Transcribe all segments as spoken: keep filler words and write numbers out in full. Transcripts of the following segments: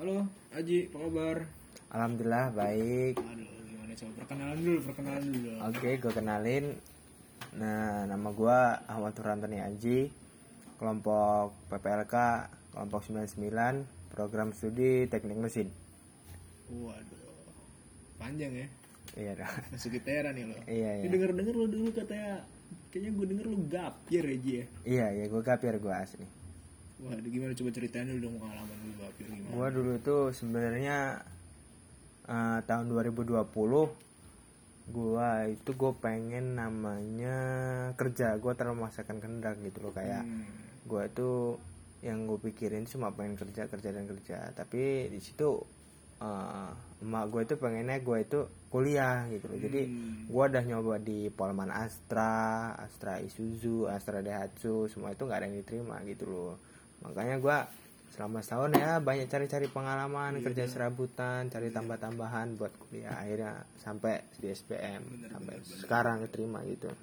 Halo, Aji, apa kabar? Alhamdulillah baik. Aduh, gimana coba perkenalan dulu, perkenalan dulu. Oke, gue kenalin. Nah, nama gue Ahmad Turantoni Aji, kelompok P P L K, kelompok sembilan puluh sembilan, program studi teknik mesin. Waduh, panjang ya. Iya dah. Masuk ITERA nih lo. Iya, iya. Ini denger-denger lo dulu katanya, kayaknya gue denger lo gapir ya, Ji ya. Iya, iya, gue gapir gue asli. Waduh, gimana coba ceritain dulu dong pengalaman lo gapir gimana? Gue dulu tuh sebenarnya uh, tahun dua ribu dua puluh gue itu gue pengen namanya kerja, gue terlalu memaksakan kehendak gitu loh, kayak hmm. gue tuh yang gue pikirin cuma pengen kerja kerja dan kerja, tapi di situ uh, emak gue itu pengennya gue itu kuliah gitu loh. hmm. Jadi gue udah nyoba di Polman Astra, Astra Isuzu, Astra Daihatsu, semua itu nggak ada yang diterima gitu loh. Makanya gue selama setahun ya banyak cari-cari pengalaman, iya, kerja serabutan, cari iya. tambah-tambahan buat kuliah. Akhirnya sampai di S B M, bener, sampai bener, sekarang diterima gitu.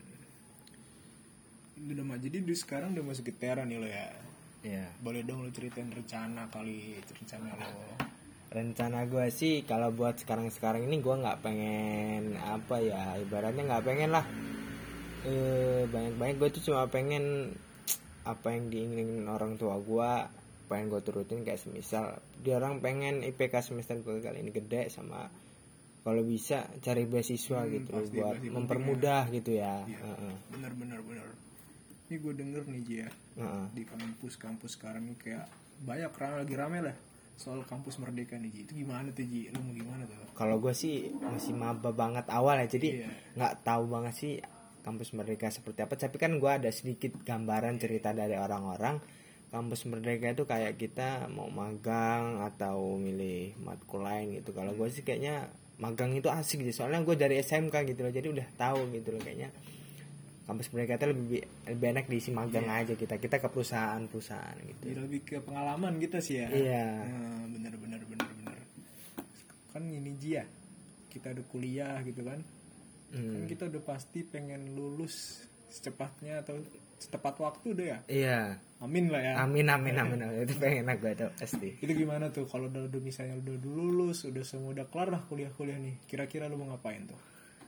Hmm. Udah mah, jadi di sekarang udah masuk ITERA nih lo ya. Iya. Boleh dong lo ceritain rencana kali, rencana lo. Rencana gue sih kalau buat sekarang-sekarang ini gue nggak pengen apa ya, ibaratnya nggak pengen lah eh, banyak-banyak. Gue tuh cuma pengen apa yang diinginin orang tua gue pengen gue turutin, kayak semisal dia orang pengen I P K semester gue kali ini gede, sama kalau bisa cari beasiswa hmm, gitu pasti, buat pasti mempermudah ya. Gitu ya, ya. Uh-uh. bener bener bener ini gue denger nih Ji ya, uh-uh. di kampus-kampus sekarang nih kayak banyak lagi rame lah soal kampus merdeka nih Ji. Itu gimana tuh Ji, lu mau gimana tuh? Kalau gue sih masih maba banget awal ya, jadi nggak yeah. tahu banget sih kampus merdeka seperti apa, tapi kan gue ada sedikit gambaran cerita dari orang-orang. Kampus merdeka itu kayak kita mau magang atau milih matkul lain gitu. Kalau gue sih kayaknya magang itu asik gitu, soalnya gue dari S M K gitu loh, jadi udah tahu gitu loh kayaknya kampus merdeka itu lebih lebih enak diisi magang yeah. aja kita kita ke perusahaan-perusahaan gitu. Jadi lebih ke pengalaman kita sih ya. Iya. Nah, bener bener bener bener. Kan ini Ji ya, kita udah kuliah gitu kan. Hmm. Kan kita udah pasti pengen lulus secepatnya atau setepat waktu deh ya. Iya. Amin lah ya. Amin amin amin. amin. Itu pengen aku tuh pasti. Itu gimana tuh kalau udah, udah misalnya udah lulus, udah semua udah kelar lah kuliah-kuliah nih. Kira-kira lu mau ngapain tuh?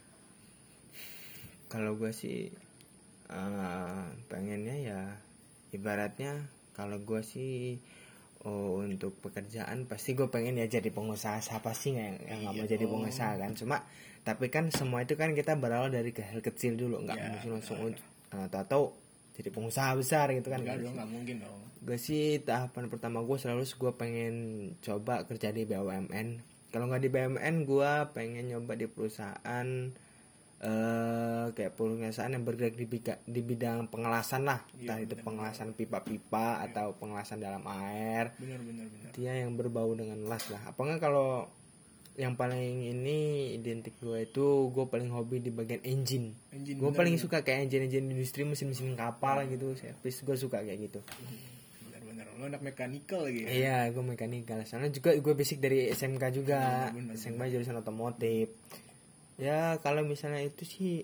Kalau gue sih uh, pengennya ya ibaratnya kalau gue sih oh, untuk pekerjaan pasti gue pengen ya jadi pengusaha. Siapa sih yang yang nggak mau jadi pengusaha kan? Cuma tapi kan semua itu kan kita berawal dari hal kecil dulu, nggak ya, mungkin langsung uh, tahu jadi pengusaha besar gitu kan? Nggak dong, nggak mungkin dong. Gue sih tahapan pertama gue selalu gue pengen coba kerja di B U M N. Kalau nggak di B U M N gue pengen nyoba di perusahaan uh, kayak perusahaan yang bergerak di, bidang, di bidang pengelasan lah, ya, entah bener, itu pengelasan bener. pipa-pipa ya. Atau pengelasan dalam air. Benar-benar. Dia yang berbau dengan las lah. Apa nggak kalau yang paling ini identik gue itu gue paling hobi di bagian engine. engine gue paling bener. Suka kayak engine-engine industri, mesin-mesin kapal hmm. gitu, servis gue suka kayak gitu. Benar-benar. Lo anak mekanikal lagi ya? Iya, gue mekanikal. Soalnya juga gue basic dari S M K juga. Bener, bener, S M K bener. Jurusan otomotif. Ya kalau misalnya itu sih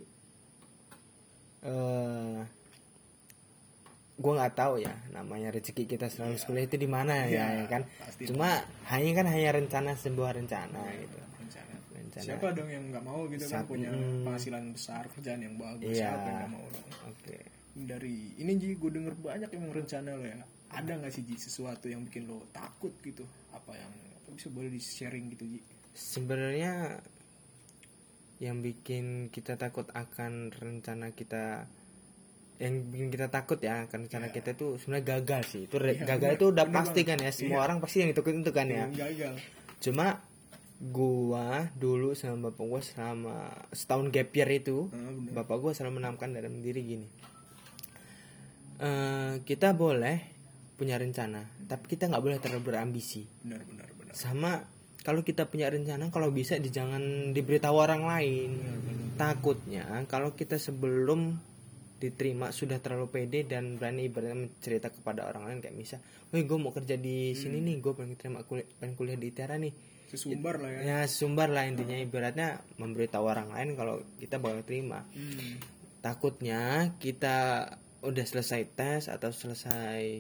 uh, gue nggak tahu ya, namanya rezeki kita selalu yeah. kuliah itu di mana yeah, ya, ya kan. Cuma pasti. hanya kan hanya rencana, sebuah rencana yeah, gitu. Rencana. rencana. Siapa dong yang nggak mau gitu Sat, kan punya mm, penghasilan besar, kerjaan yang bagus. Yeah. Siapa yang nggak mau dong? Oke. Okay. Dari ini Ji, gue denger banyak yang rencana lo ya. Ada nggak sih Ji sesuatu yang bikin lo takut gitu? Apa yang apa bisa boleh di sharing gitu Ji? Sebenarnya yang bikin kita takut akan rencana kita, yang bikin kita takut ya kan rencana yeah. kita tuh sebenarnya gagal sih. Itu yeah, gagal bener, itu udah bener pasti kan ya, semua yeah. orang pasti yang itu itu kan ya. Gagal. Cuma gua dulu sama bapak gua selama setahun gap year itu, hmm, bapak gua selalu menanamkan dalam diri gini. Uh, kita boleh punya rencana, tapi kita nggak boleh terlalu berambisi. Benar benar benar. Sama kalau kita punya rencana, kalau bisa jangan diberitahu orang lain. Benar, benar. Takutnya kalau kita sebelum diterima sudah terlalu pede dan berani ibaratnya cerita kepada orang lain kayak misal, woi gue mau kerja di sini hmm. nih, gue pengen terima kuliah, pengen kuliah di ITERA nih. Sesumbar lah ya. Ya sesumbar lah intinya, ibaratnya memberitahu orang lain kalau kita bakal terima. Hmm. Takutnya kita udah selesai tes atau selesai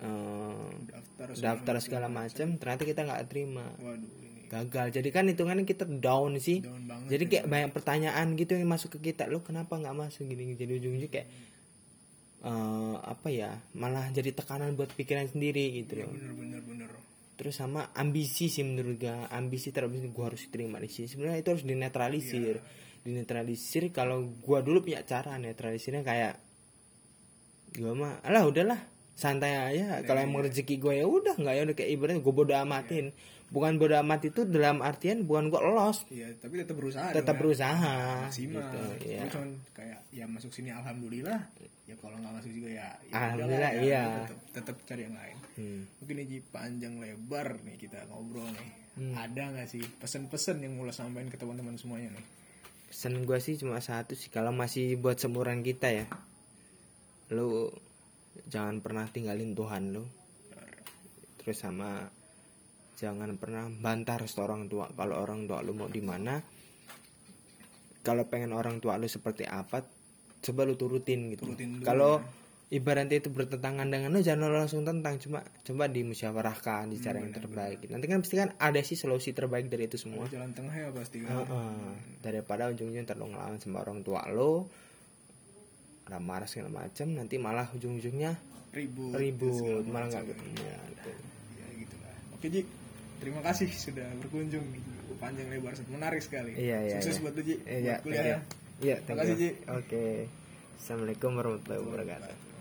uh, daftar segala, daftar segala macam, ternyata kita nggak terima. Waduh, ini gagal. Jadi kan hitungannya kita down sih. Down banget, jadi kayak ya. banyak pertanyaan gitu yang masuk ke kita, lo kenapa nggak masuk gini. Jadi ujungnya kayak uh, apa ya, malah jadi tekanan buat pikiran sendiri gitu ya, loh. Bener bener bener. Terus sama ambisi sih menurut gue, ambisi terlebih gue harus terima di sini. Sebenarnya itu harus dinetralisir. Yeah. Dinetralisir. Kalau gue dulu punya cara netralisirnya kayak gue mah, alah udahlah santai aja. Yeah, kalau yeah. emang rezeki gue ya udah, nggak ya udah kayak ibaratnya gue bodo amatin. Yeah. Bukan bodo amat itu dalam artian bukan gue lost. Iya, yeah, tapi tetap berusaha. Tetap dong, berusaha. Maksimal. Gitu, ya. Cuman kayak ya masuk sini alhamdulillah. Ya kalau nggak masuk juga ya. ya alhamdulillah ya, iya. Tetap, tetap cari yang lain. Hmm. Mungkin ini panjang lebar nih kita ngobrol nih. Hmm. Ada nggak sih pesan-pesan yang mau lo sampaikan ke teman-teman semuanya nih? Pesan gue sih cuma satu sih, kalau masih buat seumuran kita ya, lo jangan pernah tinggalin Tuhan lo. Terus sama jangan pernah bantah restu orang tua. Kalau orang tua lo mau di mana, kalau pengen orang tua lo seperti apa, coba lo turutin gitu. Kalau ya. ibaratnya itu bertentangan dengan lo, jangan lo langsung tentang, cuma coba dimusyawarahkan di cara hmm, yang terbaik. Bener. Nanti kan pasti kan ada sih solusi terbaik dari itu semua. Jalan tengah ya pasti kan. Uh-uh. Daripada ujungnya ntar lo ngelawan sama orang tua lo, marah segala macam, nanti malah ujung-ujungnya ribut, ribut malah nggak ketemu. Ya, gitu. Ya gitu lah. Oke Ji, terima kasih sudah berkunjung. Panjang lebar, menarik sekali. Iya, iya, sukses iya. buat lu Ji, iya, buat kuliah ya. Iya, terima kasih Ji. Oke, assalamualaikum warahmatullahi wabarakatuh.